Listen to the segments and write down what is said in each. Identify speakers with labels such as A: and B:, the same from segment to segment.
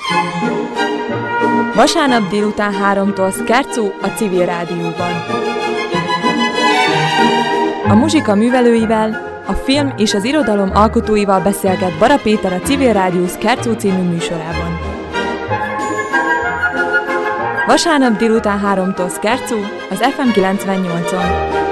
A: Vasárnap délután 3-tól Scherzo a Civil Rádióban. A muzsika művelőivel, a film és az irodalom alkotóival beszélget Bara Péter a Civil Rádió Scherzo című műsorában. Vasárnap délután 3-tól Scherzo az FM 98-on.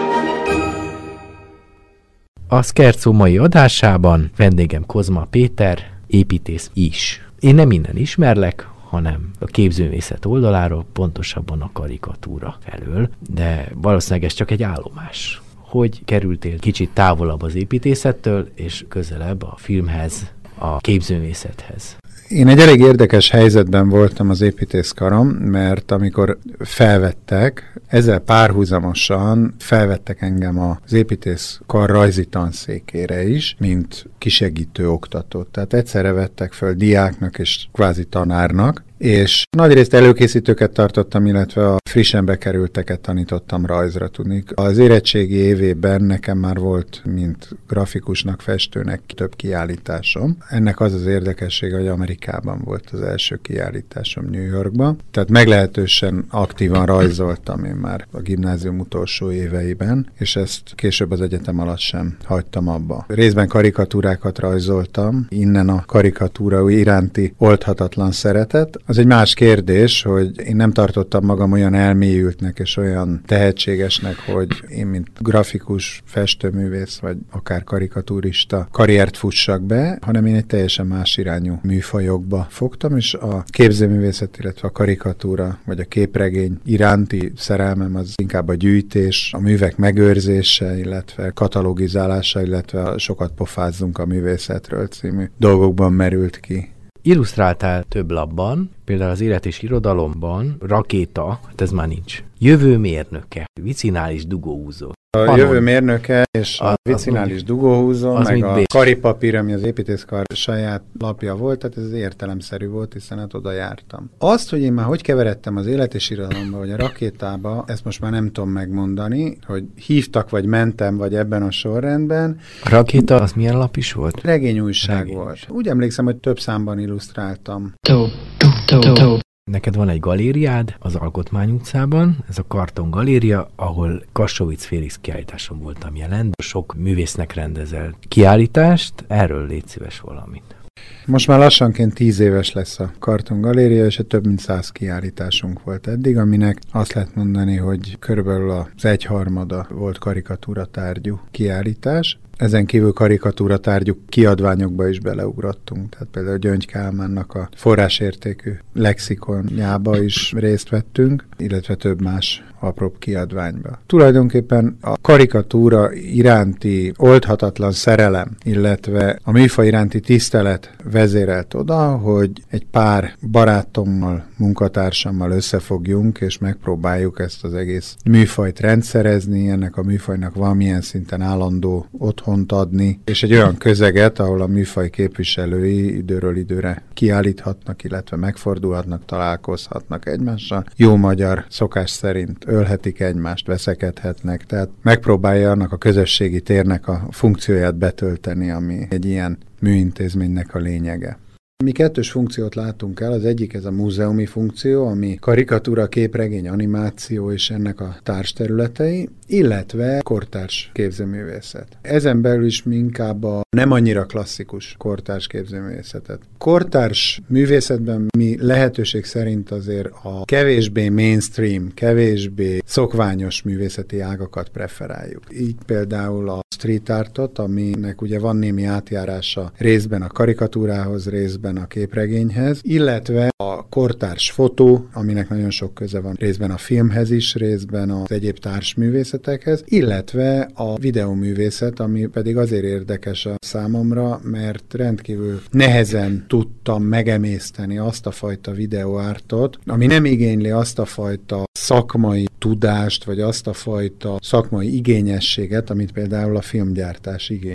B: A Scherzo mai adásában vendégem Kozma Péter, építész is. Én nem innen ismerlek, hanem a képzőművészet oldaláról, pontosabban a karikatúra felől, de valószínűleg ez csak egy állomás. Hogy kerültél kicsit távolabb az építészettől, és közelebb a filmhez, a képzőművészethez?
C: Én egy elég érdekes helyzetben voltam az építészkaron, mert amikor felvettek, ezzel párhuzamosan felvettek engem az építészkar rajzi tanszékére is, mint kisegítő oktatót. Tehát egyszerre vettek föl diáknak és kvázi tanárnak, és nagyrészt előkészítőket tartottam, illetve a frissen bekerülteket tanítottam rajzra, tudni. Az érettségi évében nekem már volt, mint grafikusnak, festőnek több kiállításom. Ennek az az érdekessége, hogy Amerikában volt az első kiállításom, New Yorkban. Tehát meglehetősen aktívan rajzoltam én már a gimnázium utolsó éveiben, és ezt később az egyetem alatt sem hagytam abba. Részben karikatúrákat rajzoltam, innen a karikatúra iránti oldhatatlan szeretet. Az egy más kérdés, hogy én nem tartottam magam olyan elmélyültnek és olyan tehetségesnek, hogy én, mint grafikus, festőművész, vagy akár karikatúrista karriert fussak be, hanem én egy teljesen más irányú műfajokba fogtam, és a képzőművészet, illetve a karikatúra, vagy a képregény iránti szerelmem az inkább a gyűjtés, a művek megőrzése, illetve katalogizálása, illetve sokat pofázzunk a művészetről című dolgokban merült ki.
B: Illusztráltál több lapban, például az Élet és Irodalomban, Rakéta, hát ez már nincs. Jövő mérnöke, vicinális dugóhúzó.
C: A jövő mérnöke és a vicinális dugóhúzó, meg a karipapír, ami az építészkar saját lapja volt, tehát ez értelemszerű volt, hiszen hát oda jártam. Azt, hogy én már hogy keveredtem az Élet és Irodalomba, vagy a Rakétába, ezt most már nem tudom megmondani, hogy hívtak, vagy mentem, vagy ebben a sorrendben.
B: A Rakéta az milyen lap is volt?
C: Regényújság volt. Úgy emlékszem, hogy több számban illusztráltam.
B: Neked van egy galériád az Alkotmány utcában, ez a Karton Galéria, ahol Kassovitz Félix kiállításon voltam jelen. Sok művésznek rendezel kiállítást, erről légy szíves valamit.
C: Most már lassanként 10 éves lesz a Karton Galéria, és több mint 100 kiállításunk volt eddig, aminek azt lehet mondani, hogy körülbelül az 1/3 volt karikatúra tárgyú kiállítás. Ezen kívül karikatúra tárgyú kiadványokba is beleugrottunk. Tehát például Gyöngy Kálmánnak a forrásértékű lexikonjába is részt vettünk, illetve több más apróbb kiadványba. Tulajdonképpen a karikatúra iránti oldhatatlan szerelem, illetve a műfaj iránti tisztelet vezérelt oda, hogy egy pár barátommal, munkatársammal összefogjunk, és megpróbáljuk ezt az egész műfajt rendszerezni, ennek a műfajnak valamilyen szinten állandó otthont adni, és egy olyan közeget, ahol a műfaj képviselői időről időre kiállíthatnak, illetve megfordulhatnak, találkozhatnak egymással. Jó magyar szokás szerint ölhetik egymást, veszekedhetnek, tehát megpróbálja annak a közösségi térnek a funkcióját betölteni, ami egy ilyen műintézménynek a lényege. Mi kettős funkciót látunk el, az egyik ez a múzeumi funkció, ami karikatúra, képregény, animáció és ennek a társterületei, illetve kortárs képzőművészet. Ezen belül is inkább a nem annyira klasszikus kortárs képzőművészetet. Kortárs művészetben mi lehetőség szerint azért a kevésbé mainstream, kevésbé szokványos művészeti ágakat preferáljuk. Így például a street artot, aminek ugye van némi átjárása részben a karikatúrához, részben a képregényhez, illetve a kortárs fotó, aminek nagyon sok köze van részben a filmhez is, részben az egyéb társművészetekhez, illetve a videóművészet, ami pedig azért érdekes a számomra, mert rendkívül nehezen tudtam megemészteni azt a fajta videóártot, ami nem igényli azt a fajta szakmai tudást, vagy azt a fajta szakmai igényességet, amit például a filmgyártás igényel.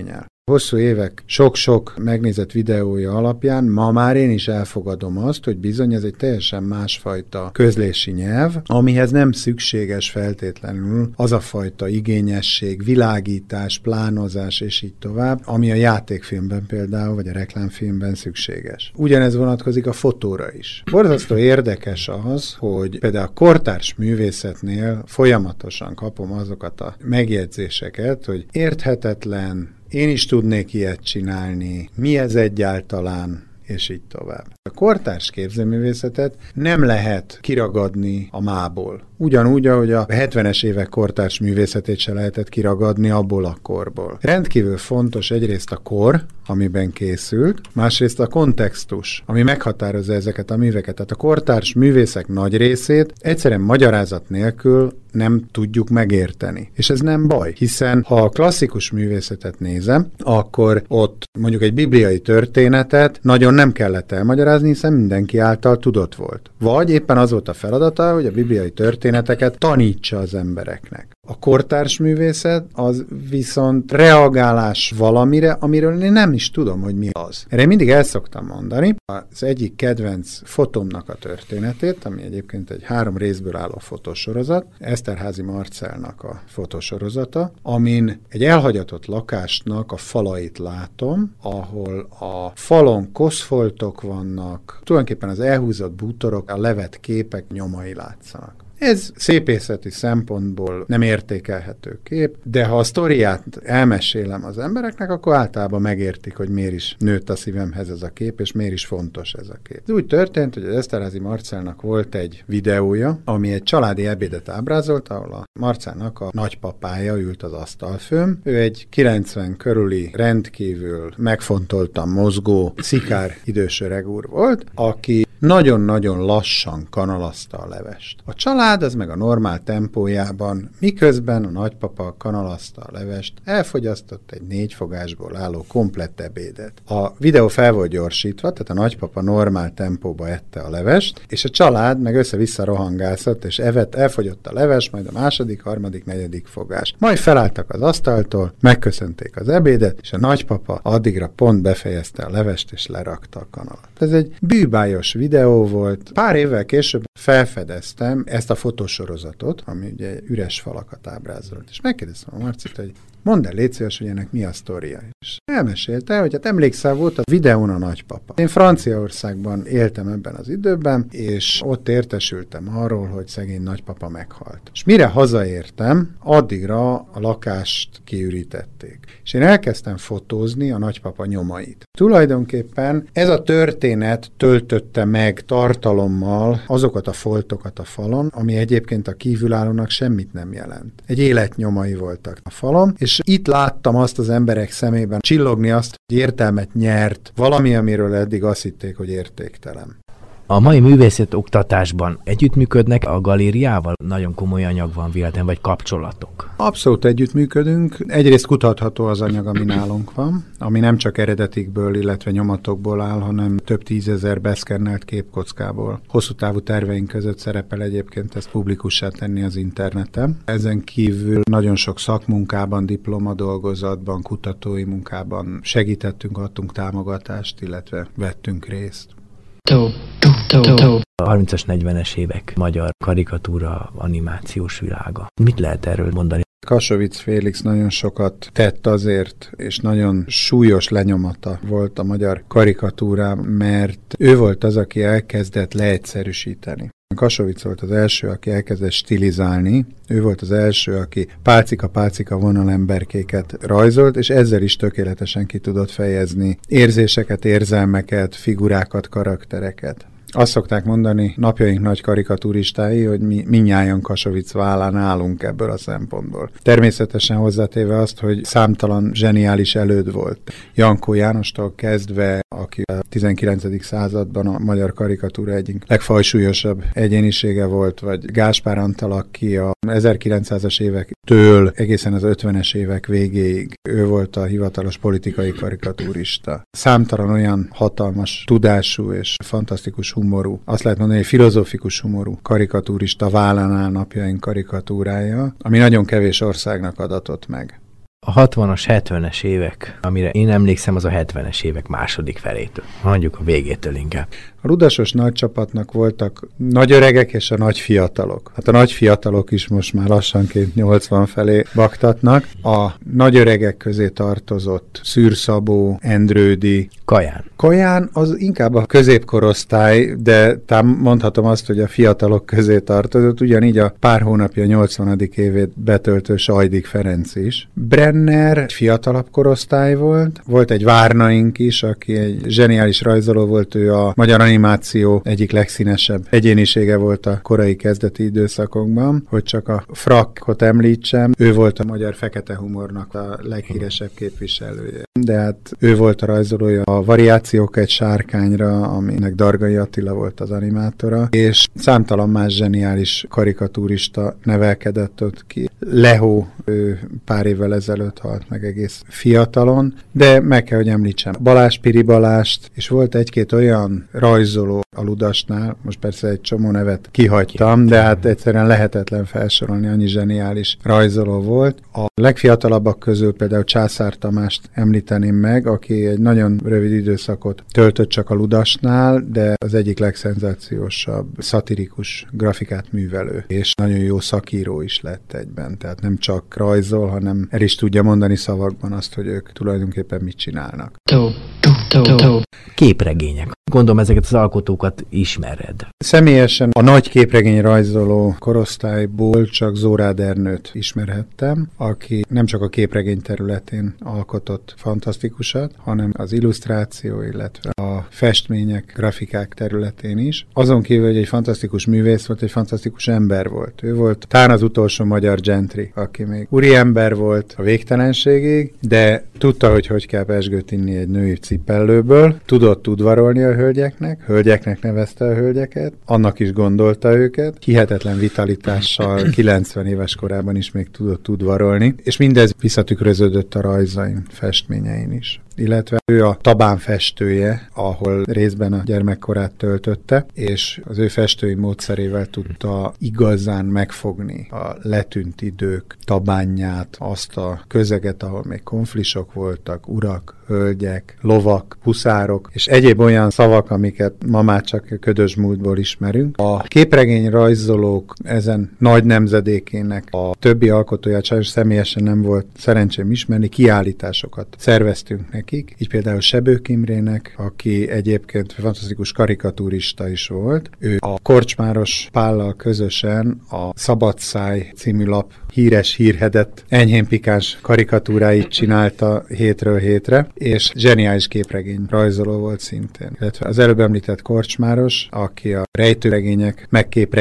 C: Hosszú évek, sok-sok megnézett videója alapján ma már én is elfogadom azt, hogy bizony ez egy teljesen másfajta közlési nyelv, amihez nem szükséges feltétlenül az a fajta igényesség, világítás, plánozás és így tovább, ami a játékfilmben például, vagy a reklámfilmben szükséges. Ugyanez vonatkozik a fotóra is. Borzasztó érdekes az, hogy például a kortárs művészetnél folyamatosan kapom azokat a megjegyzéseket, hogy érthetetlen, én is tudnék ilyet csinálni, mi ez egyáltalán, és így tovább. A kortárs képzőművészetet nem lehet kiragadni a mából. Ugyanúgy, ahogy a 70-es évek kortárs művészetét se lehetett kiragadni abból a korból. Rendkívül fontos egyrészt a kor, amiben készült, másrészt a kontextus, ami meghatározza ezeket a műveket. Tehát a kortárs művészek nagy részét egyszerűen magyarázat nélkül nem tudjuk megérteni. És ez nem baj, hiszen ha a klasszikus művészetet nézem, akkor ott mondjuk egy bibliai történetet nagyon nem kellett elmagyarázni, hiszen mindenki által tudott volt. Vagy éppen az volt a feladata, hogy a bibliai történeteket tanítsa az embereknek. A kortárs művészet az viszont reagálás valamire, amiről én nem is tudom, hogy mi az. Erre mindig el szoktam mondani az egyik kedvenc fotómnak a történetét, ami egyébként egy 3 részből álló fotósorozat, Eszterházy Marcellnak a fotósorozata, amin egy elhagyatott lakásnak a falait látom, ahol a falon koszfoltok vannak, tulajdonképpen az elhúzott bútorok, a levett képek nyomai látszanak. Ez szépészeti szempontból nem értékelhető kép, de ha a sztoriát elmesélem az embereknek, akkor általában megértik, hogy miért is nőtt a szívemhez ez a kép, és miért is fontos ez a kép. Ez úgy történt, hogy az Eszterházy Marcellnak volt egy videója, ami egy családi ebédet ábrázolt, ahol a Marcellnak a nagypapája ült az asztalfőn. Ő egy 90 körüli rendkívül megfontoltan mozgó, szikár idős öreg úr volt, aki nagyon-nagyon lassan kanalazta a levest. A család az meg a normál tempójában, miközben a nagypapa kanalazta a levest, elfogyasztott egy 4 fogásból álló komplett ebédet. A videó fel volt gyorsítva, tehát a nagypapa normál tempóba ette a levest, és a család meg össze-vissza rohangálszott, és elfogyott a leves, majd a második, harmadik, negyedik fogás. Majd felálltak az asztaltól, megköszönték az ebédet, és a nagypapa addigra pont befejezte a levest, és lerakta a kanalat. Ez egy bűbájos videó volt. Pár évvel később felfedeztem ezt a fotósorozatot, ami ugye üres falakat ábrázolt, és megkérdeztem a Marcit, hogy mondd el, légy szíves, hogy ennek mi a sztoria. És elmesélte, hogy hát emlékszel, volt a videón a nagypapa. Én Franciaországban éltem ebben az időben, és ott értesültem arról, hogy szegény nagypapa meghalt. És mire hazaértem, addigra a lakást kiürítették. És én elkezdtem fotózni a nagypapa nyomait. Tulajdonképpen ez a történet töltötte meg tartalommal azokat a foltokat a falon, ami egyébként a kívülállónak semmit nem jelent. Egy életnyomai voltak a falon, és itt láttam azt az emberek szemében csillogni azt, hogy értelmet nyert valami, amiről eddig azt hitték, hogy értéktelen.
B: A mai művészet oktatásban együttműködnek a galériával? Nagyon komoly anyag van véletlen, vagy kapcsolatok?
C: Abszolút együttműködünk. Egyrészt kutatható az anyag, ami nálunk van, ami nem csak eredetikből, illetve nyomatokból áll, hanem több 10 000 beszkennelt képkockából. Hosszú távú terveink között szerepel egyébként ezt publikussá tenni az interneten. Ezen kívül nagyon sok szakmunkában, diplomadolgozatban, kutatói munkában segítettünk, adtunk támogatást, illetve vettünk részt.
B: A 30-as, 40-es évek magyar karikatúra animációs világa. Mit lehet erről mondani?
C: Kassovitz Félix nagyon sokat tett azért, és nagyon súlyos lenyomata volt a magyar karikatúrán, mert ő volt az, aki elkezdett leegyszerűsíteni. Kassovitz volt az első, aki elkezdett stilizálni, ő volt az első, aki pálcika-pálcika vonalemberkéket rajzolt, és ezzel is tökéletesen ki tudott fejezni érzéseket, érzelmeket, figurákat, karaktereket. Azt szokták mondani napjaink nagy karikatúristái, hogy mi mindnyájan Kassovitz vállán állunk ebből a szempontból. Természetesen hozzátéve azt, hogy számtalan zseniális előd volt. Jankó Jánostól kezdve, aki a 19. században a magyar karikatúra egyik legfajsúlyosabb egyénisége volt, vagy Gáspár Antal, aki a 1900-as évektől egészen az 50-es évek végéig ő volt a hivatalos politikai karikatúrista. Számtalan olyan hatalmas tudású és fantasztikus humorú, azt lehet mondani, hogy filozófikus humorú karikatúrista vállán áll napjaink karikatúrája, ami nagyon kevés országnak adatott meg.
B: A 60-as, 70-es évek, amire én emlékszem, az a 70-es évek második felétől. Mondjuk a végétől inkább.
C: A rudasos nagycsapatnak voltak nagy öregek és a nagy fiatalok. Hát a nagy fiatalok is most már lassanként 80 felé baktatnak. A nagy öregek közé tartozott Szűr Szabó, Endrődi, Kaján az inkább a középkorosztály, de mondhatom azt, hogy a fiatalok közé tartozott, ugyanígy a pár hónapja 80. évét betöltő Sajdik Ferenc is. Brenner fiatalabb korosztály volt egy Várnaink is, aki egy zseniális rajzoló volt, ő a magyar animáció egyik legszínesebb egyénisége volt a korai kezdeti időszakokban, hogy csak a Frakkot említsem, ő volt a magyar fekete humornak a leghíresebb képviselője. De hát ő volt a rajzolója a Variációk egy sárkányra, aminek Dargai Attila volt az animátora, és számtalan más zseniális karikatúrista nevelkedett ott ki. Lehó, ő pár évvel ezelőtt halt meg egész fiatalon, de meg kell, hogy említsem Balázs Piri Balást, és volt egy-két olyan rajzoló a Ludasnál, most persze egy csomó nevet kihagytam, de hát egyszerűen lehetetlen felsorolni, annyi zseniális rajzoló volt. A legfiatalabbak közül például Császár Tamást említeném meg, aki egy nagyon rövid időszakot töltött csak a Ludasnál, de az egyik legszenzációsabb szatirikus grafikát művelő, és nagyon jó szakíró is lett egyben, tehát nem csak rajzol, hanem el is tudja mondani szavakban azt, hogy ők tulajdonképpen mit csinálnak.
B: Képregények. Gondolom, ezeket az alkotókat ismered.
C: Személyesen a nagy képregény rajzoló korosztályból csak Zórád Ernőt ismerhettem, aki nem csak a képregény területén alkotott fantasztikusat, hanem az illusztráció, illetve a festmények, grafikák területén is. Azon kívül, hogy egy fantasztikus művész volt, egy fantasztikus ember volt. Ő volt talán az utolsó magyar gentry, aki még úriember volt a végtelenségig, de tudta, hogy kell pezsgőt inni egy női cipellőből, tudott udvarolni a hölgyeknek nevezte a hölgyeket, annak is gondolta őket, hihetetlen vitalitással 90 éves korában is még tudott udvarolni, és mindez visszatükröződött a rajzain, festményein is. Illetve ő a Tabán festője, ahol részben a gyermekkorát töltötte, és az ő festői módszerével tudta igazán megfogni a letűnt idők Tabánját, azt a közeget, ahol még konflisok voltak, urak, hölgyek, lovak, huszárok, és egyéb olyan szavak, amiket ma már csak ködös múltból ismerünk. A képregény rajzolók ezen nagy nemzedékének a többi alkotóját sajnos személyesen nem volt szerencsém ismerni, kiállításokat szerveztünk nekik, így például Sebők Imrének, aki egyébként fantasztikus karikatúrista is volt. Ő a Korcsmáros Pállal közösen a Szabadszáj című lap híres, hírhedett, enyhén pikáns karikatúráit csinálta hétről hétre, és zseniális képregény rajzoló volt szintén. Illetve az előbb említett Korcsmáros, aki a rejtőregények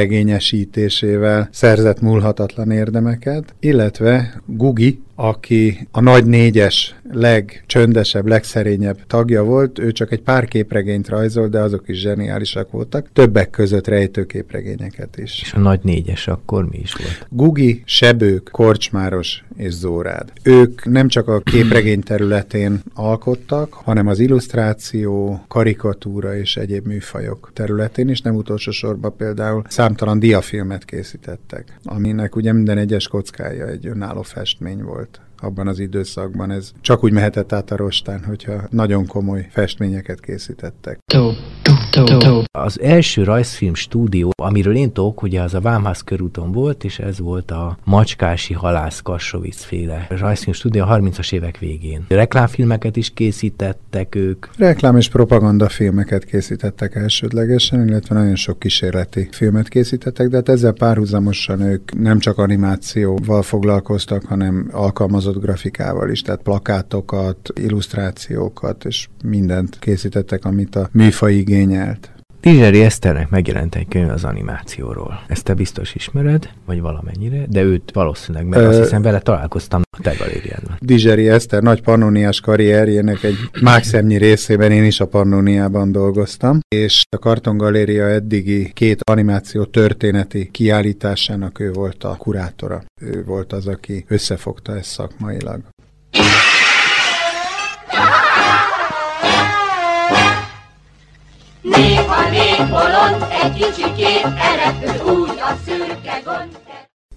C: megképregényesítésével szerzett múlhatatlan érdemeket, illetve Gugi, aki a nagy négyes legcsöndesebb, legszerényebb tagja volt, ő csak egy pár képregényt rajzolt, de azok is zseniálisak voltak, többek között rejtőképregényeket is.
B: És a nagy négyes akkor mi is volt?
C: Gugi, Sebők, Korcsmáros és Zórád. Ők nem csak a képregény területén alkottak, hanem az illusztráció, karikatúra és egyéb műfajok területén is, nem utolsó sorban például számtalan diafilmet készítettek, aminek ugye minden egyes kockája egy önálló festmény volt. Abban az időszakban ez csak úgy mehetett át a rostán, hogyha nagyon komoly festményeket készítettek.
B: Az első rajzfilm stúdió, amiről én tudok, ugye az a Vámház körúton volt, és ez volt a Macskási Halász Kassovicz féle rajzfilm stúdió a 30-as évek végén. Reklámfilmeket is készítettek ők.
C: Reklám és propagandafilmeket készítettek elsődlegesen, illetve nagyon sok kísérleti filmet készítettek, de hát ezzel párhuzamosan ők nem csak animációval foglalkoztak, hanem alkalmazott grafikával is, tehát plakátokat, illusztrációkat, és mindent készítettek, amit a műfaj igényelt.
B: Tizseri Eszternek megjelent egy könyv az animációról. Ezt te biztos ismered, vagy valamennyire, de őt valószínűleg, mert azt hiszem vele találkoztam a te galériádban.
C: Tizseri Eszter nagy pannóniás karrierjének egy mákszemnyi részében én is a Pannóniában dolgoztam, és a Karton Galéria eddigi 2 animáció történeti kiállításának ő volt a kurátora. Ő volt az, aki összefogta ezt szakmailag.
D: Néha légy bolond, egy kicsikét elrepül úgy a szürke gond.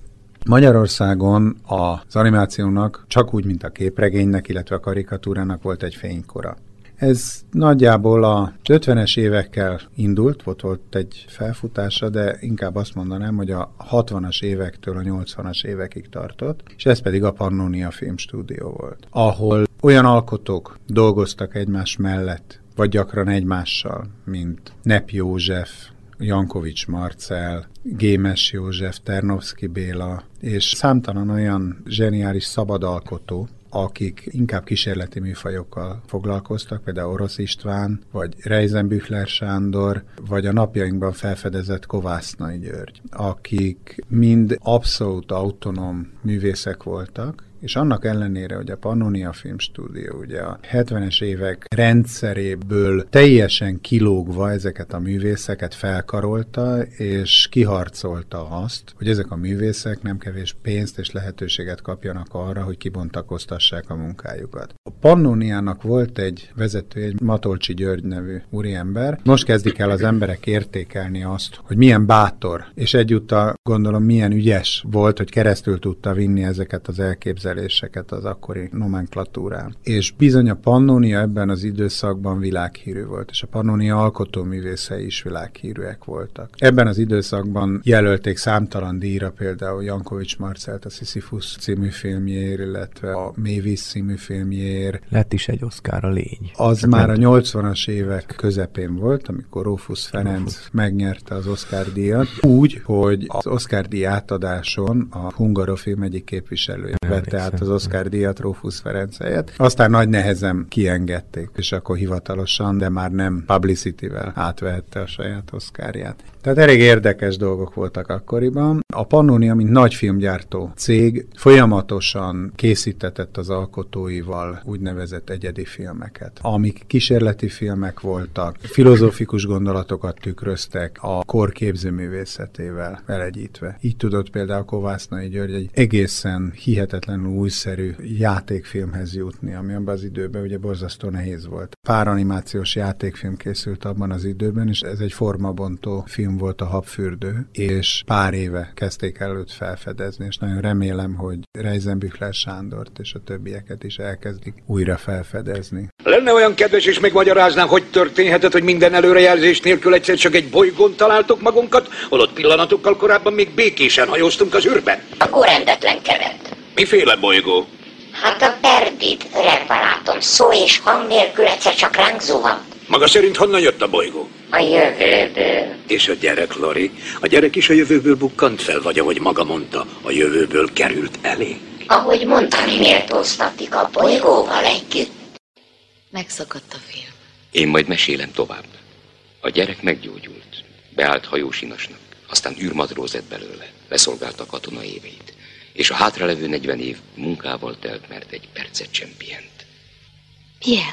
C: Magyarországon az animációnak csak úgy, mint a képregénynek, illetve a karikatúrának volt egy fénykora. Ez nagyjából a 50-es évekkel indult, volt egy felfutása, de inkább azt mondanám, hogy a 60-as évektől a 80-as évekig tartott, és ez pedig a Pannonia Filmstúdió volt, ahol olyan alkotók dolgoztak egymás mellett, vagy gyakran egymással, mint Nepp József, Jankovics Marcell, Gémes József, Ternovszky Béla, és számtalan olyan zseniális szabadalkotó, akik inkább kísérleti műfajokkal foglalkoztak, például Orosz István, vagy Reisenbüchler Sándor, vagy a napjainkban felfedezett Kovásznai György, akik mind abszolút autonóm művészek voltak, és annak ellenére, hogy a Pannonia Filmstúdió ugye a 70-es évek rendszeréből teljesen kilógva ezeket a művészeket felkarolta, és kiharcolta azt, hogy ezek a művészek nem kevés pénzt és lehetőséget kapjanak arra, hogy kibontakoztassák a munkájukat. A Pannoniának volt egy vezetője, egy Matolcsi György nevű úriember. Most kezdik el az emberek értékelni azt, hogy milyen bátor, és egyúttal gondolom milyen ügyes volt, hogy keresztül tudta vinni ezeket az elképzeléseket az akkori nomenklatúrán. És bizony a Pannonia ebben az időszakban világhírű volt, és a Pannonia alkotóművészei is világhírűek voltak. Ebben az időszakban jelölték számtalan díjra, például Jankovics Marcellt a Sisyphus című filmjéért, illetve a Mévisz című filmjéért.
B: Lett is egy Oscar a lény.
C: Az már a 80-as évek közepén volt, amikor Rófusz Ferenc megnyerte az Oscar-díjat, úgy, hogy az Oscar-díj átadáson a Hungarofilm egyik képviselője vette át az Oscar-díjat Rófusz Ferenc helyett. Aztán nagy nehezen kiengedték, és akkor hivatalosan, de már nem publicity-vel átvehette a saját Oscarját. Tehát elég érdekes dolgok voltak akkoriban. A Pannonia, mint nagy filmgyártó cég, folyamatosan készítetett az alkotóival úgynevezett egyedi filmeket, amik kísérleti filmek voltak, filozófikus gondolatokat tükröztek a kor képzőművészetével elegyítve. Így tudott például Kovásznai György egy egészen hihetetlenül újszerű játékfilmhez jutni, ami abban az időben ugye borzasztó nehéz volt. Pár animációs játékfilm készült abban az időben, és ez egy formabontó film volt, a Habfürdő, és pár éve kezdték előtt felfedezni, és nagyon remélem, hogy Reisenbüchler Sándort és a többieket is elkezdik újra felfedezni.
D: Lenne olyan kedves, és megmagyarázná, hogy történhetett, hogy minden előrejelzés nélkül egyszer csak egy bolygón találtuk magunkat, holott pillanatokkal korábban még békésen hajóztunk az űrben?
E: Akkor rendetlen kelet.
D: Miféle bolygó?
E: Hát a Perdit reparátom szó és hang nélkül egyszer csak ránk zuhant.
D: Maga szerint honnan jött a bolygó?
E: A jövőből.
D: És a gyerek, Lori? A gyerek is a jövőből bukkant fel, vagy ahogy maga mondta, a jövőből került elé?
E: Ahogy mondani méltóztatik a bolygóval együtt.
F: Megszakadt a film.
G: Én majd mesélem tovább. A gyerek meggyógyult, beállt hajósinasnak, aztán űrmatróz lett belőle, leszolgálta a katona éveit, és a hátralevő 40 év munkával telt, mert egy percet sem pihent.
F: Milyen?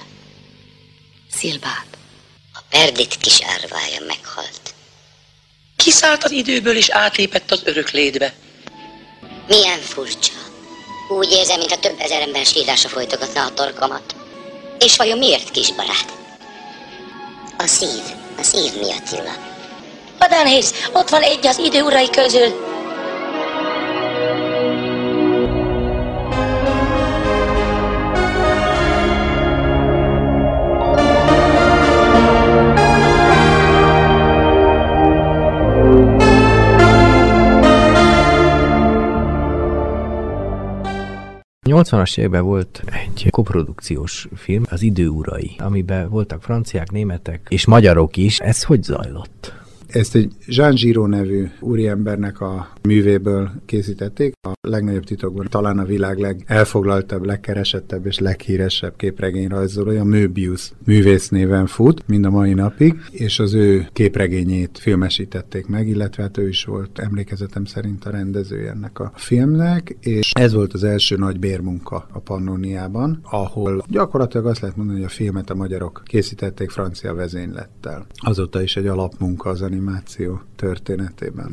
F: Szilvát.
E: A Perdit kis árvája meghalt.
H: Kiszállt az időből és átlépett az örök létbe.
E: Milyen furcsa. Úgy érzem, mintha több ezer ember sírása folytogatna a torkomat. És vajon miért, kisbarát? A szív miatt, Jula.
H: Adánhész, ott van egy az idő urai közül.
B: A 80-as években volt egy koprodukciós film, Az idő urai, amiben voltak franciák, németek és magyarok is. Ez hogy zajlott?
C: Ezt egy Jean Giraud nevű úriembernek a művéből készítették. A legnagyobb titokban talán a világ legelfoglaltabb, legkeresettebb és leghíresebb képregényrajzolója, Möbius művész néven fut, mind a mai napig, és az ő képregényét filmesítették meg, illetve hát ő is volt emlékezetem szerint a rendezője ennek a filmnek, és ez volt az első nagy bérmunka a Pannoniában, ahol gyakorlatilag azt lehet mondani, hogy a filmet a magyarok készítették francia vezénylettel. Azóta is egy alapmunka az animáció történetében.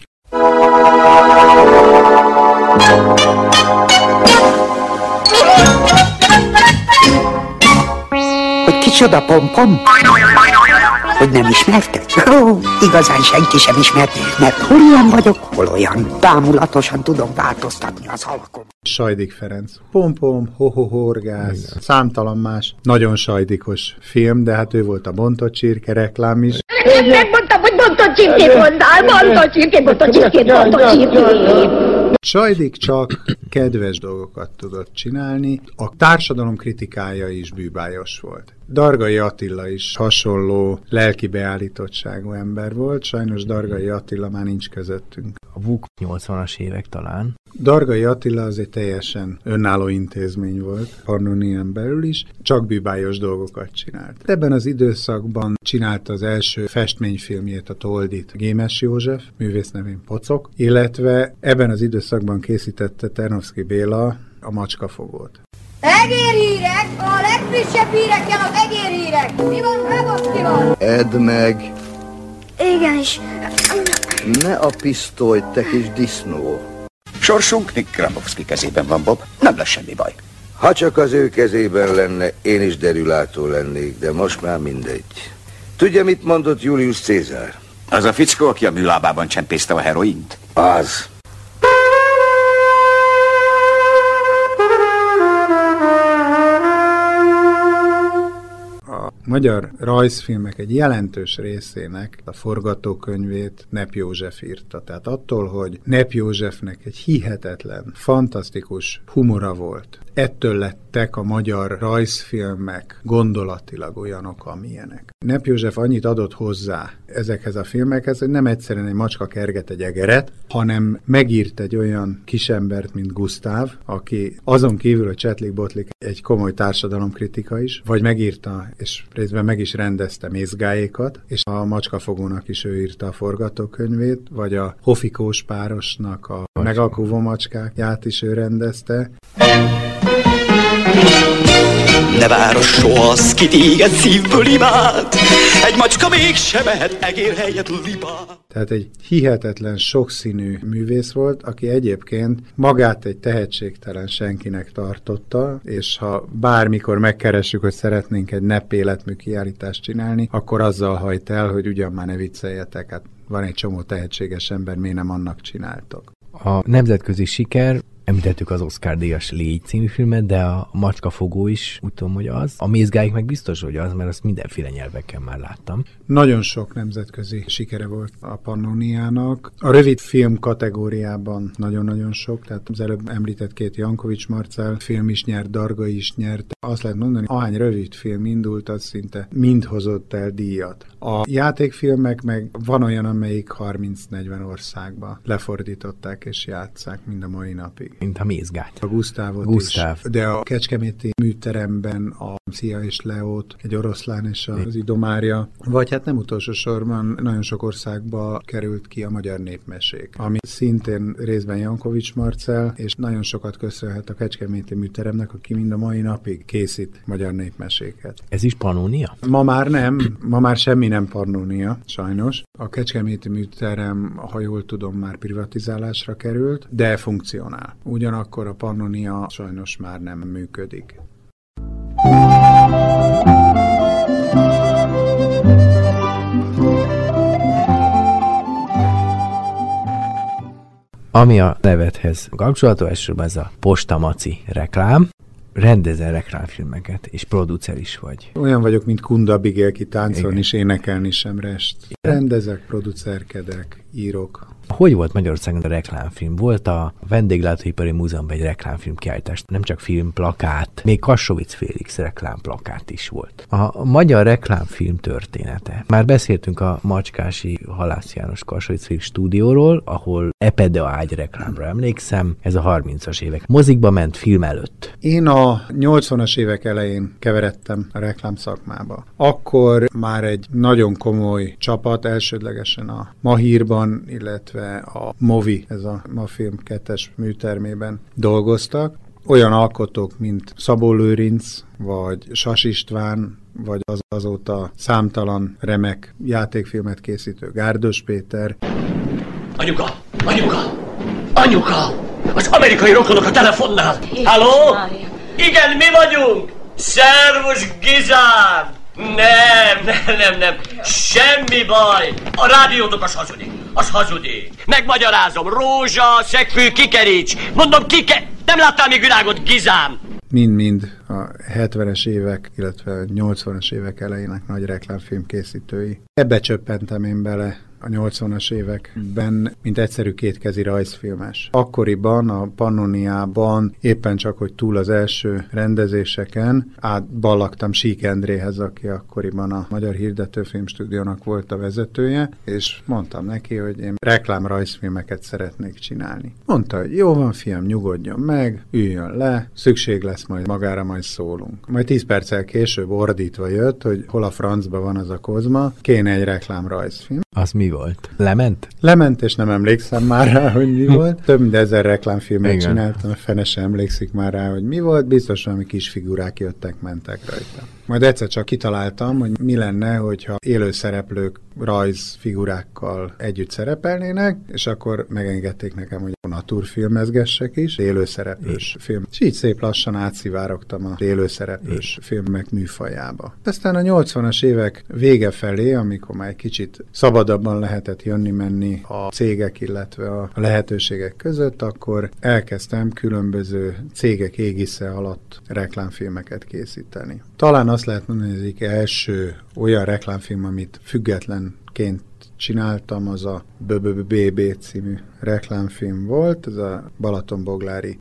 I: Hogy kicsoda pompom? Hogy nem ismerted? Igazán senki sem ismert, mert hol ilyen vagyok, hol olyan. Bámulatosan tudom változtatni az alakon.
C: Sajdik Ferenc. Pompom, horgász, számtalan más. Nagyon sajdikos film, de hát ő volt a bontott csirke reklám is.
J: Megmondtam, hogy bontott csirkét mondál, bontott csirkét.
C: Sajdik csak kedves dolgokat tudott csinálni, a társadalom kritikája is bűbájos volt. Dargai Attila is hasonló lelki beállítottságú ember volt, sajnos Dargai Attila már nincs közöttünk.
B: A VUK 80-as évek talán.
C: Dargai Attila az egy teljesen önálló intézmény volt, Pannonián belül is, csak bűbájos dolgokat csinált. Ebben az időszakban csinálta az első festményfilmjét, a Toldit, Gémes József, művész nevén Pocok, illetve ebben az időszakban készítette Ternovszky Béla a Macskafogót.
J: Egérhírek! A legfrissebb hírekkel az egérhírek! Mi van, Grabowski van?
K: Edd meg!
J: Igenis.
K: Ne a pisztoly, te kis disznó!
L: Sorsunk Nick Grabowski kezében van, Bob. Nem lesz semmi baj.
K: Ha csak az ő kezében lenne, én is derülátó lennék, de most már mindegy. Tudja, mit mondott Julius Cézár?
L: Az a fickó, aki a műlábában csempészte a heroint?
K: Az.
C: A magyar rajzfilmek egy jelentős részének a forgatókönyvét Nepp József írta. Tehát attól, hogy Nepp Józsefnek egy hihetetlen, fantasztikus humora volt, ettől lettek a magyar rajzfilmek gondolatilag olyanok, amilyenek. Nepp József annyit adott hozzá ezekhez a filmekhez, hogy nem egyszerűen egy macska kerget egy egeret, hanem megírt egy olyan kisembert, mint Gusztáv, aki azon kívül, hogy csetlik-botlik egy komoly társadalomkritika is, vagy megírta, és részben meg is rendezte Mézgáékat, és a Macskafogónak is ő írta a forgatókönyvét, vagy a Hofikós párosnak a Megalkuvó macskáját is ő rendezte.
M: Ne város soha az, ki téged szívből imád, egy macska mégsem mehet egér helyett libát.
C: Tehát egy hihetetlen sokszínű művész volt, aki egyébként magát egy tehetségtelen senkinek tartotta, és ha bármikor megkeressük, hogy szeretnénk egy Nepp életmű kiállítást csinálni, akkor azzal hajt el, hogy ugyan már ne vicceljetek, hát van egy csomó tehetséges ember, miért nem annak csináltok.
B: A nemzetközi siker, említettük az Oscar-díjas Légy című filmet, de a Macskafogó is, úgy tudom, hogy az. A Mézgáik meg biztos, hogy az, mert azt mindenféle nyelveken már láttam.
C: Nagyon sok nemzetközi sikere volt a Pannoniának. A rövid film kategóriában nagyon-nagyon sok, tehát az előbb említett két Jankovics Marcell film is nyert, Dargai is nyert. Azt lehet mondani, ahány rövid film indult, az szinte mind hozott el díjat. A játékfilmek meg van olyan, amelyik 30-40 országba lefordították és játsszák mind a mai napig.
B: Mint a Mézgát.
C: A Gusztávot
B: Gusztáv.
C: is. De a Kecskeméti műteremben a Szia és Leót, egy oroszlán és az Idomária, vagy hát nem utolsó sorban nagyon sok országba került ki a magyar népmesék, ami szintén részben Jankovics Marcell, és nagyon sokat köszönhet a Kecskeméti műteremnek, aki mind a mai napig készít magyar népmeséket.
B: Ez is Pannónia?
C: Ma már nem, ma már semmi nem Pannónia, sajnos. A Kecskeméti műterem, ha jól tudom, már privatizálásra került, de funkcionál. Ugyanakkor a Pannónia sajnos már nem működik.
B: Ami a nevedhez kapcsolatos, elsősorban ez a Postamaci reklám. Rendezel reklámfilmeket, és producer is vagy.
C: Olyan vagyok, mint Kunda Bigél, ki táncolni és énekelni sem rest. Rendezek, producerkedek, írok.
B: Hogy volt Magyarországon a reklámfilm? Volt a Vendéglátóipari Múzeumban egy reklámfilm kiállítás, nem csak filmplakát, még Kassovitz Félix reklámplakát is volt. A magyar reklámfilm története. Már beszéltünk a Macskási Halász János Kassovitz Félix stúdióról, ahol Epede ágy reklámra emlékszem, ez a 30-as évek. Mozikba ment film előtt.
C: Én a 80-as évek elején keveredtem a reklámszakmába. Akkor már egy nagyon komoly csapat, elsődlegesen a Mahírban, illetve a Movi, ez a Mafilm 2-es műtermében dolgoztak. Olyan alkotók, mint Szabó Lőrinc, vagy Sas István, vagy azóta számtalan remek játékfilmet készítő Gárdos Péter.
M: Anyuka! Anyuka! Anyuka! Az amerikai rokonok a telefonnál! Halló? Igen, mi vagyunk! Szervusz, Gizám!
N: Nem. Semmi baj. A rádiótok az hazudik. Megmagyarázom. Rózsa, szegfű, kikeríts. Mondom, nem láttál még virágot, Gizám?
C: Mind-mind a 70-es évek, illetve 80-as évek elejének nagy reklámfilm készítői. Ebbe csöppentem én bele a 80-as években, mint egyszerű kétkezi rajzfilmes. Akkoriban a Pannoniában éppen csak, hogy túl az első rendezéseken átballagtam Sík Endréhez, aki akkoriban a Magyar Hirdetőfilmstúdiónak volt a vezetője, és mondtam neki, hogy én reklámrajzfilmeket szeretnék csinálni. Mondta, hogy jó van, fiam, nyugodjon meg, üljön le, szükség lesz magára majd szólunk. Majd 10 perccel később ordítva jött, hogy hol a francba van az a Kozma, kéne egy reklámrajzfilm.
B: Az mi volt? Lement?
C: Lement, és nem emlékszem már rá, hogy mi volt. Több mint 1000 reklámfilmet csináltam, a fene sem emlékszik már rá, hogy mi volt. Biztos valami kis figurák jöttek, mentek rajta. Majd egyszer csak kitaláltam, hogy mi lenne, hogyha élőszereplők rajzfigurákkal együtt szerepelnének, és akkor megengedték nekem, hogy naturfilmezgessek is, élőszereplős film. És így szép lassan átszivárogtam az élőszereplős filmek műfajába. Aztán a 80-as évek vége felé, amikor már egy kicsit szabadabban lehetett jönni-menni a cégek, illetve a lehetőségek között, akkor elkezdtem különböző cégek égisze alatt reklámfilmeket készíteni. Talán azt lehet mondani, hogy az egyik első olyan reklámfilm, amit függetlenként csináltam, az a BB című reklámfilm volt, ez a Balatonboglári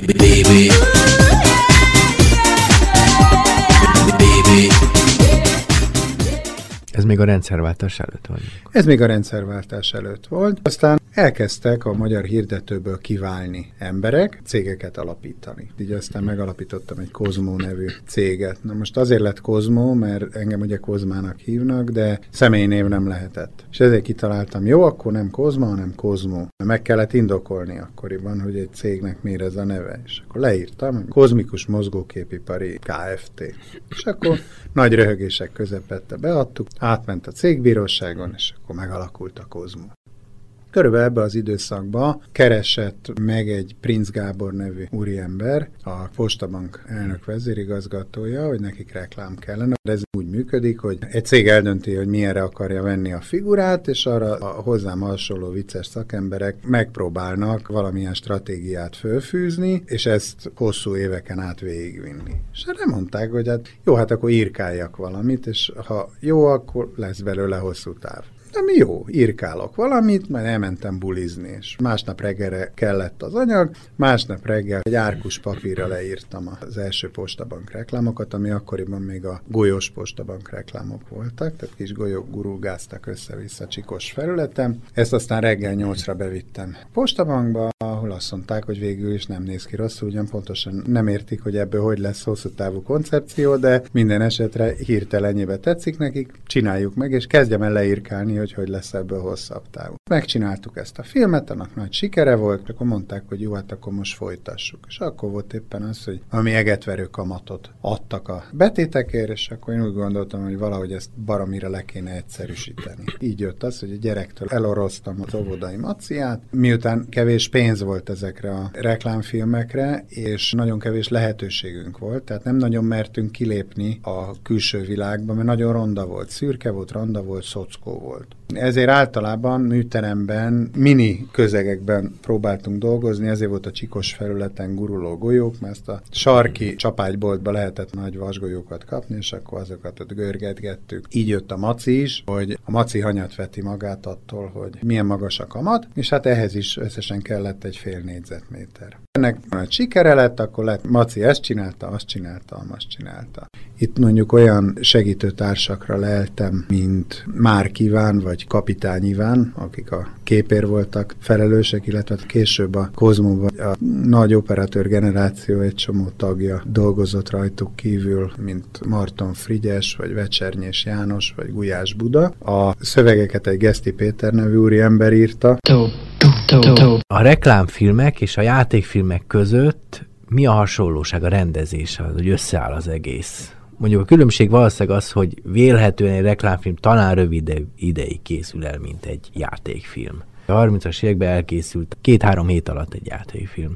B: Ez még a rendszerváltás előtt volt?
C: Ez még a rendszerváltás előtt volt. Aztán elkezdtek a Magyar Hirdetőből kiválni emberek, cégeket alapítani. Így aztán megalapítottam egy Kozmó nevű céget. Na most azért lett Kozmó, mert engem ugye Kozmának hívnak, de személynév nem lehetett. És ezért kitaláltam, jó, akkor nem Kozma, hanem Kozmó. Meg kellett indokolni akkoriban, hogy egy cégnek miért ez a neve. És akkor leírtam, hogy Kozmikus Mozgóképipari Kft. És akkor nagy röhögések közepette beadtuk, átment a cégbíróságon, és akkor megalakult a Kozmó. Körülbelül ebbe az időszakban keresett meg egy Princ Gábor nevű úriember, a Postabank elnök vezérigazgatója, hogy nekik reklám kellene. Ez úgy működik, hogy egy cég eldönti, hogy milyenre akarja venni a figurát, és arra a hozzám hasonló vicces szakemberek megpróbálnak valamilyen stratégiát fölfűzni, és ezt hosszú éveken át végigvinni. És erre mondták, hogy jó, akkor írkáljak valamit, és ha jó, akkor lesz belőle hosszú táv. De jó, írkálok valamit, majd elmentem bulizni, és másnap reggelre kellett az anyag, másnap reggel egy árkus papírra leírtam az első Postabank reklámokat, ami akkoriban még a golyós Postabank reklámok voltak, tehát kis golyók gurulgáztak össze-vissza csikos felületen. Ezt aztán reggel 8-ra bevittem Postabankba, ahol azt mondták, hogy végül is nem néz ki rosszul, ugyan pontosan nem értik, hogy ebből hogy lesz hosszú távú koncepció, de minden esetre hirtelenjébe tetszik nekik, csináljuk meg, és kezdjem el leírkálni, hogy lesz ebből hosszabb távú. Megcsináltuk ezt a filmet, annak nagy sikere volt, akkor mondták, hogy jó, akkor most folytassuk. És akkor volt éppen az, hogy ami egetverő kamatot adtak a betétekért, és akkor én úgy gondoltam, hogy valahogy ezt baromira le kéne egyszerűsíteni. Így jött az, hogy a gyerektől eloroztam az óvodai maciát, miután kevés pénz volt ezekre a reklámfilmekre, és nagyon kevés lehetőségünk volt, tehát nem nagyon mertünk kilépni a külső világba, mert nagyon ronda volt, szürke volt, ronda volt, szockó volt. Ezért általában műteremben, mini közegekben próbáltunk dolgozni, ezért volt a csikos felületen guruló golyók, mert ezt a sarki csapágyboltba lehetett nagy vasgolyókat kapni, és akkor azokat ott görgetgettük. Így jött a maci is, hogy a maci hanyat veti magát attól, hogy milyen magas a kamat, és hát ehhez is összesen kellett egy fél négyzetméter. Ennek nagy sikere lett, akkor lett maci ezt csinálta, azt csinálta. Itt mondjuk olyan segítőtársakra leltem, mint Márk Iván, vagy Kapitány Iván, akik a képér voltak felelősek, illetve később a Kozmóban a nagy operatőr generáció egy csomó tagja dolgozott rajtuk kívül, mint Marton Frigyes, vagy Vecsernyés János, vagy Gulyás Buda. A szövegeket egy Geszti Péter nevű úriember írta.
B: A reklámfilmek és a játékfilmek között mi a hasonlóság, a rendezés, az, hogy összeáll az egész? Mondjuk a különbség valószínűleg az, hogy vélhetően egy reklámfilm talán rövid ideig készül el, mint egy játékfilm. A 30-as években elkészült 2-3 hét alatt egy játékfilm.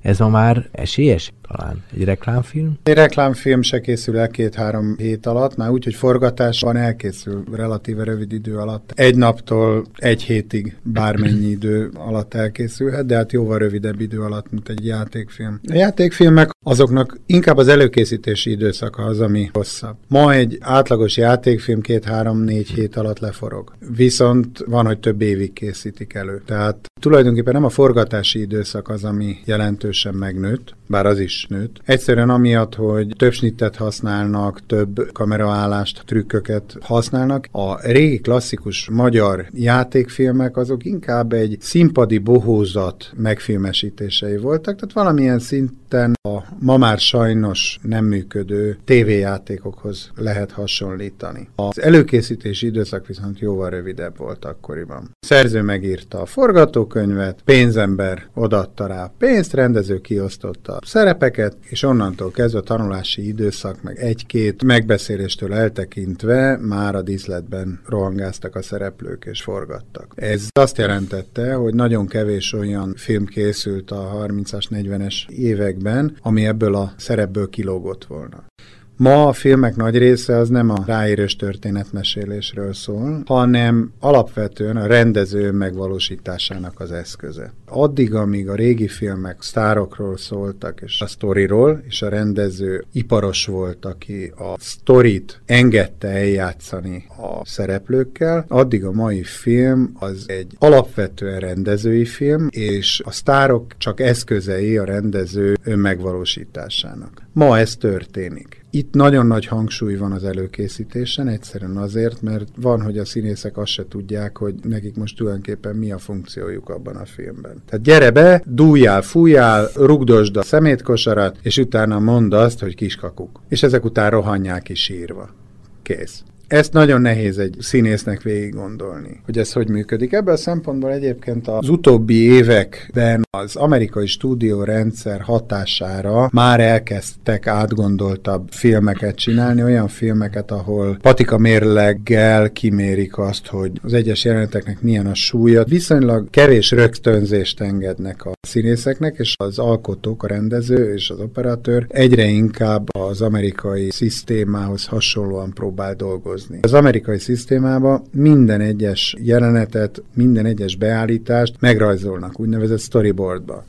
B: Ez ma már esélyes? Talán egy reklámfilm?
C: Egy reklámfilm se készül el 2-3 hét alatt, már úgy, hogy forgatásban elkészül relatíve rövid idő alatt. Egy naptól egy hétig bármennyi idő alatt elkészülhet, de hát jóval rövidebb idő alatt, mint egy játékfilm. A játékfilmek azoknak inkább az előkészítési időszaka az, ami hosszabb. Ma egy átlagos játékfilm 2-3-4 hét alatt leforog. Viszont van, hogy több évig készítik elő. Tehát tulajdonképpen nem a forgatási időszak az, ami jelentősen megnőtt, bár az is nőtt. Egyszerűen amiatt, hogy több snittet használnak, több kameraállást, trükköket használnak. A régi klasszikus magyar játékfilmek azok inkább egy színpadi bohózat megfilmesítései voltak, tehát valamilyen szinten a ma már sajnos nem működő tévéjátékokhoz lehet hasonlítani. Az előkészítési időszak viszont jóval rövidebb volt akkoriban. A szerző megírta a forgatókönyvet, pénzember odaadta rá pénzt, rendező kiosztotta a szerepeket, és onnantól kezdve a tanulási időszak meg 1-2 megbeszéléstől eltekintve már a díszletben rohangáztak a szereplők és forgattak. Ez azt jelentette, hogy nagyon kevés olyan film készült a 30-as, 40-es években, ami ebből a szerepből kilógott volna. Ma a filmek nagy része az nem a ráérős történetmesélésről szól, hanem alapvetően a rendező megvalósításának az eszköze. Addig, amíg a régi filmek sztárokról szóltak, és a sztoriról, és a rendező iparos volt, aki a sztorit engedte eljátszani a szereplőkkel, addig a mai film az egy alapvetően rendezői film, és a sztárok csak eszközei a rendező önmegvalósításának. Ma ez történik. Itt nagyon nagy hangsúly van az előkészítésen, egyszerűen azért, mert van, hogy a színészek azt se tudják, hogy nekik most tulajdonképpen mi a funkciójuk abban a filmben. Tehát gyere be, dúljál, fújjál, rugdosd a szemétkosarat, és utána mondd azt, hogy kiskakuk. És ezek után rohanják is sírva. Kész. Ezt nagyon nehéz egy színésznek végig gondolni, hogy ez hogy működik. Ebből a szempontból egyébként az utóbbi években az amerikai stúdiórendszer hatására már elkezdtek átgondoltabb filmeket csinálni, olyan filmeket, ahol patika mérleggel kimérik azt, hogy az egyes jeleneteknek milyen a súlya. Viszonylag kevés rögtönzést engednek a színészeknek, és az alkotók, a rendező és az operatőr egyre inkább az amerikai szisztémához hasonlóan próbál dolgozni. Az amerikai szisztémában minden egyes jelenetet, minden egyes beállítást megrajzolnak úgynevezett storyboardba.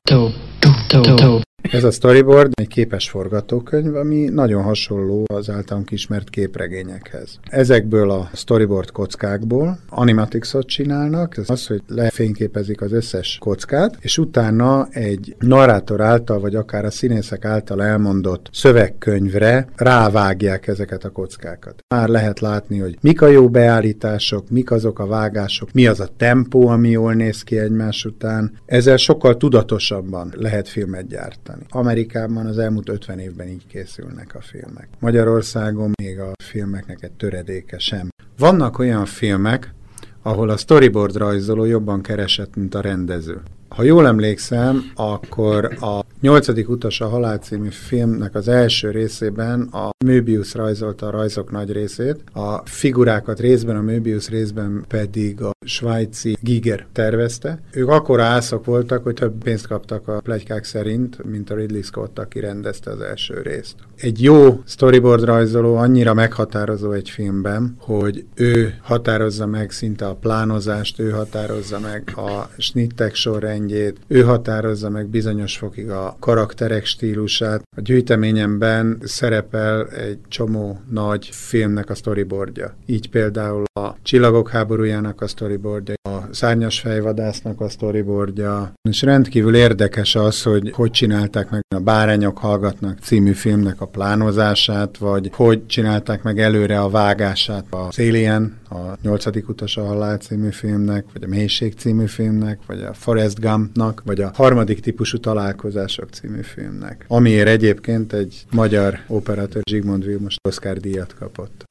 C: Ez a storyboard egy képes forgatókönyv, ami nagyon hasonló az általunk ismert képregényekhez. Ezekből a storyboard kockákból animaticsot csinálnak, ez az, hogy lefényképezik az összes kockát, és utána egy narrátor által, vagy akár a színészek által elmondott szövegkönyvre rávágják ezeket a kockákat. Már lehet látni, hogy mik a jó beállítások, mik azok a vágások, mi az a tempó, ami jól néz ki egymás után. Ezzel sokkal tudatosabban lehet filmet gyártani. Amerikában az elmúlt 50 évben így készülnek a filmek. Magyarországon még a filmeknek egy töredéke sem. Vannak olyan filmek, ahol a storyboard rajzoló jobban keresett, mint a rendező. Ha jól emlékszem, akkor a 8. utas a halál című filmnek az első részében a Möbius rajzolta a rajzok nagy részét, a figurákat részben, a Möbius részben pedig a svájci Giger tervezte. Ők akkora ászok voltak, hogy több pénzt kaptak a pletykák szerint, mint a Ridley Scott, aki rendezte az első részt. Egy jó storyboard rajzoló annyira meghatározó egy filmben, hogy ő határozza meg szinte a plánozást, ő határozza meg a snittek sorrendjét, ő határozza meg bizonyos fokig a karakterek stílusát. A gyűjteményemben szerepel egy csomó nagy filmnek a storyboardja. Így például a Csillagok háborújának a storyboardja, a Szárnyas fejvadásznak a storyboardja, és rendkívül érdekes az, hogy csinálták meg a Bárányok hallgatnak című filmnek a plánozását, vagy hogy csinálták meg előre a vágását az Alien, a 8. utas a halál című filmnek, vagy a Mélység című filmnek, vagy a Forrest Gumpnak, vagy a Harmadik típusú találkozások című filmnek. Amiért egyébként egy magyar operatőr, Zsigmond Vilmos Oscar-díjat kapott.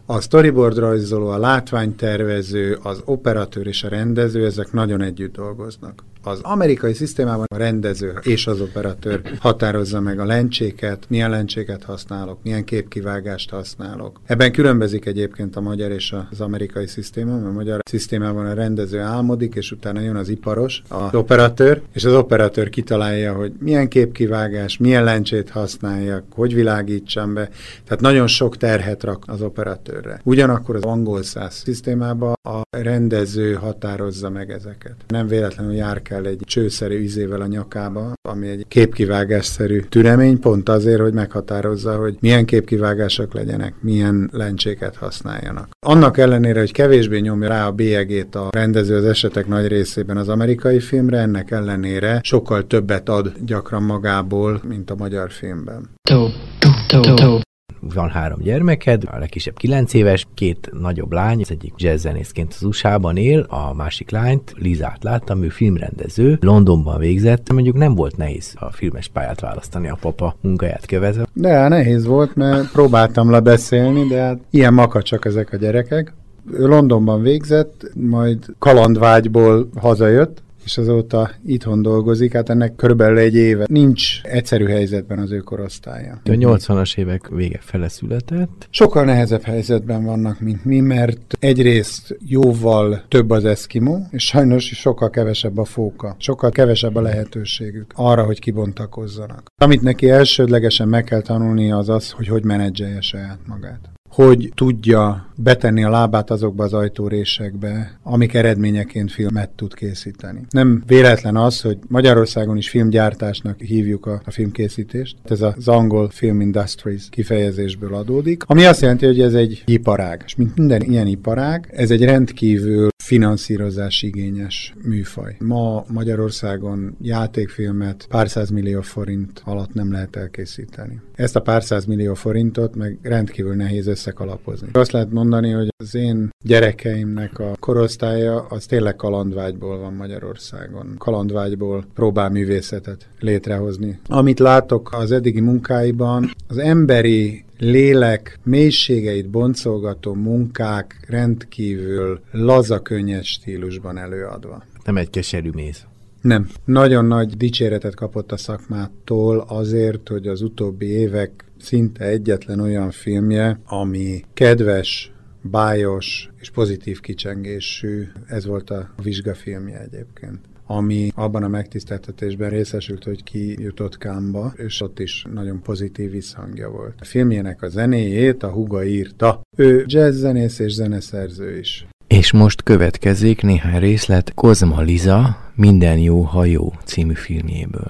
C: A storyboard rajzoló, a látványtervező, az operatőr és a rendező, ezek nagyon együtt dolgoznak. Az amerikai szisztémában a rendező és az operatőr határozza meg a lencséket, milyen lencséket használok, milyen képkivágást használok. Ebben különbözik egyébként a magyar és az amerikai szisztéma, mert a magyar szisztémában a rendező álmodik, és utána jön az iparos, az operatőr, és az operatőr kitalálja, hogy milyen képkivágás, milyen lencsét használjak, hogy világítsam be. Tehát nagyon sok terhet rak az operatőrre. Ugyanakkor az angol száz szisztémában a rendező határozza meg ezeket. Nem véletlenül jár kell egy csőszerű izével a nyakába, ami egy képkivágásszerű türemény, pont azért, hogy meghatározza, hogy milyen képkivágások legyenek, milyen lencséket használjanak. Annak ellenére, hogy kevésbé nyomja rá a bélyegét a rendező az esetek nagy részében az amerikai filmre, ennek ellenére sokkal többet ad gyakran magából, mint a magyar filmben.
B: Van 3 gyermeked, a legkisebb 9 éves, 2 nagyobb lány, az egyik jazzzenészként az USA-ban él, a másik lányt, Lizát láttam, ő filmrendező, Londonban végzett, mondjuk nem volt nehéz a filmes pályát választani a papa munkáját követve.
C: De nehéz volt, mert próbáltam lebeszélni, de hát ilyen makacsak ezek a gyerekek. Ő Londonban végzett, majd kalandvágyból hazajött, és azóta itthon dolgozik, hát ennek körülbelül 1 éve. Nincs egyszerű helyzetben az ő korosztálya.
B: A 80-as évek vége fele született.
C: Sokkal nehezebb helyzetben vannak, mint mi, mert egyrészt jóval több az eszkimó, és sajnos sokkal kevesebb a fóka. Sokkal kevesebb a lehetőségük arra, hogy kibontakozzanak. Amit neki elsődlegesen meg kell tanulnia az az, hogy menedzselje saját magát. Hogy tudja betenni a lábát azokba az ajtórésekbe, amik eredményeként filmet tud készíteni. Nem véletlen az, hogy Magyarországon is filmgyártásnak hívjuk a filmkészítést. Ez az angol Film Industries kifejezésből adódik, ami azt jelenti, hogy ez egy iparág. És mint minden ilyen iparág, ez egy rendkívül finanszírozás igényes műfaj. Ma Magyarországon játékfilmet pár százmillió forint alatt nem lehet elkészíteni. Ezt a pár százmillió forintot meg rendkívül nehéz összekalapozni. Azt lehet mondani, hogy az én gyerekeimnek a korosztálya az tényleg kalandvágyból van Magyarországon. Kalandvágyból próbál művészetet létrehozni. Amit látok az eddigi munkáiban, az emberi lélek mélységeit boncolgató munkák rendkívül laza, könnyed stílusban előadva.
B: Nem egy keserű méz.
C: Nem. Nagyon nagy dicséretet kapott a szakmától azért, hogy az utóbbi évek szinte egyetlen olyan filmje, ami kedves, bájos és pozitív kicsengésű, ez volt a vizsgafilmje egyébként, ami abban a megtiszteltetésben részesült, hogy ki jutott Cannes-ba, és ott is nagyon pozitív visszhangja volt. A filmjének a zenéjét a húga írta. Ő jazzzenész és zeneszerző is.
B: És most következik néhány részlet Kozma Liza Minden jó, ha jó című filmjéből.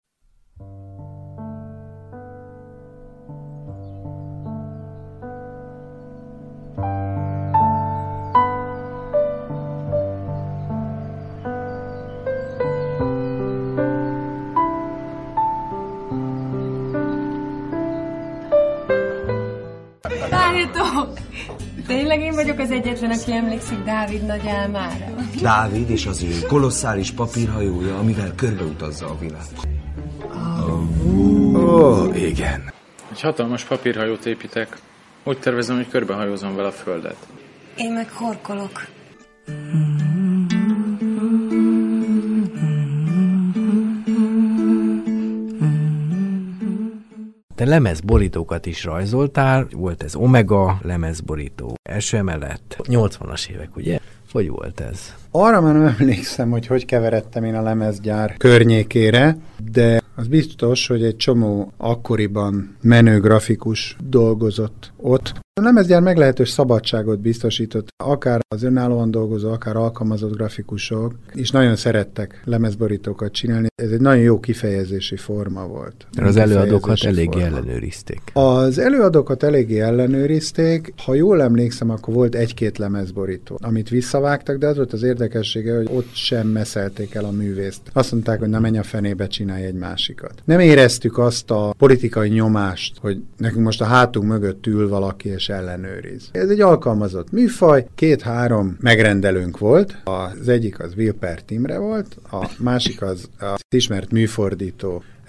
O: Várjatok! Tényleg én vagyok az egyetlen, aki emlékszik Dávid nagy álmára?
P: Dávid és az ő kolosszális papírhajója, amivel körbeutazza a világot.
Q: Igen. Egy hatalmas papírhajót építek. Úgy tervezem, hogy körbehajózom vele a földet.
O: Én meg horkolok.
B: Te lemezborítókat is rajzoltál, volt ez Omega lemezborító, első emelet, 80-as évek, ugye? Hogy volt ez?
C: Arra már nem emlékszem, hogy keveredtem én a lemezgyár környékére, de az biztos, hogy egy csomó akkoriban menő grafikus dolgozott ott. A lemezgyár meglehetős szabadságot biztosított, akár az önállóan dolgozó, akár alkalmazott grafikusok, és nagyon szerettek lemezborítókat csinálni. Ez egy nagyon jó kifejezési forma volt.
B: Az előadókat eléggé ellenőrizték.
C: Az előadókat eléggé ellenőrizték. Ha jól emlékszem, akkor volt 1-2 lemezborító, amit visszavágtak, de az volt az érdekessége, hogy ott sem meszelték el a művészt. Azt mondták, hogy na menj a fenébe, csinálj egy másikat. Nem éreztük azt a politikai nyomást, hogy nekünk most a hátunk mögött ül valaki és ellenőriz. Ez egy alkalmazott műfaj, 2-3 megrendelőnk volt, az egyik az Wilper Timre volt, a másik az ismert műfordító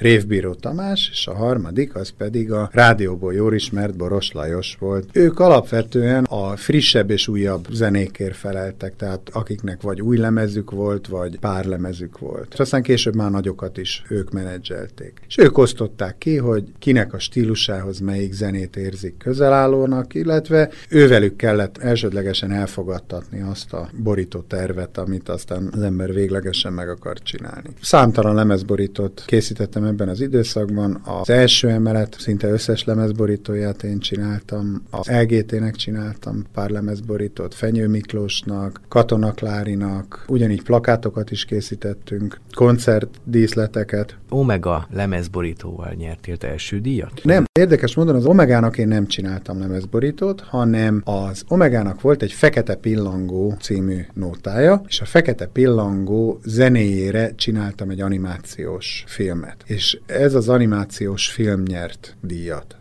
C: Révbíró Tamás, és a harmadik az pedig a rádióból jól ismert Boros Lajos volt. Ők alapvetően a frissebb és újabb zenékért feleltek, tehát akiknek vagy új lemezük volt, vagy pár lemezük volt. És aztán később már nagyokat is ők menedzselték. És ők osztották ki, hogy kinek a stílusához melyik zenét érzik közelállónak, illetve ővelük kellett elsődlegesen elfogadtatni azt a borító tervet, amit aztán az ember véglegesen meg akar csinálni. Számtalan lemezborítót készítettem ebben az időszakban. Az első emelet szinte összes lemezborítóját én csináltam. Az LGT-nek csináltam pár lemezborítót, Fenyő Miklósnak, Katona Klárinak, ugyanígy plakátokat is készítettünk, koncertdíszleteket.
B: Omega lemezborítóval nyertél te első díjat?
C: Nem, érdekes módon az Omegának én nem csináltam lemezborítót, hanem az Omegának volt egy Fekete Pillangó című nótája, és a Fekete Pillangó zenéjére csináltam egy animációs filmet. És ez az animációs film nyert díjat.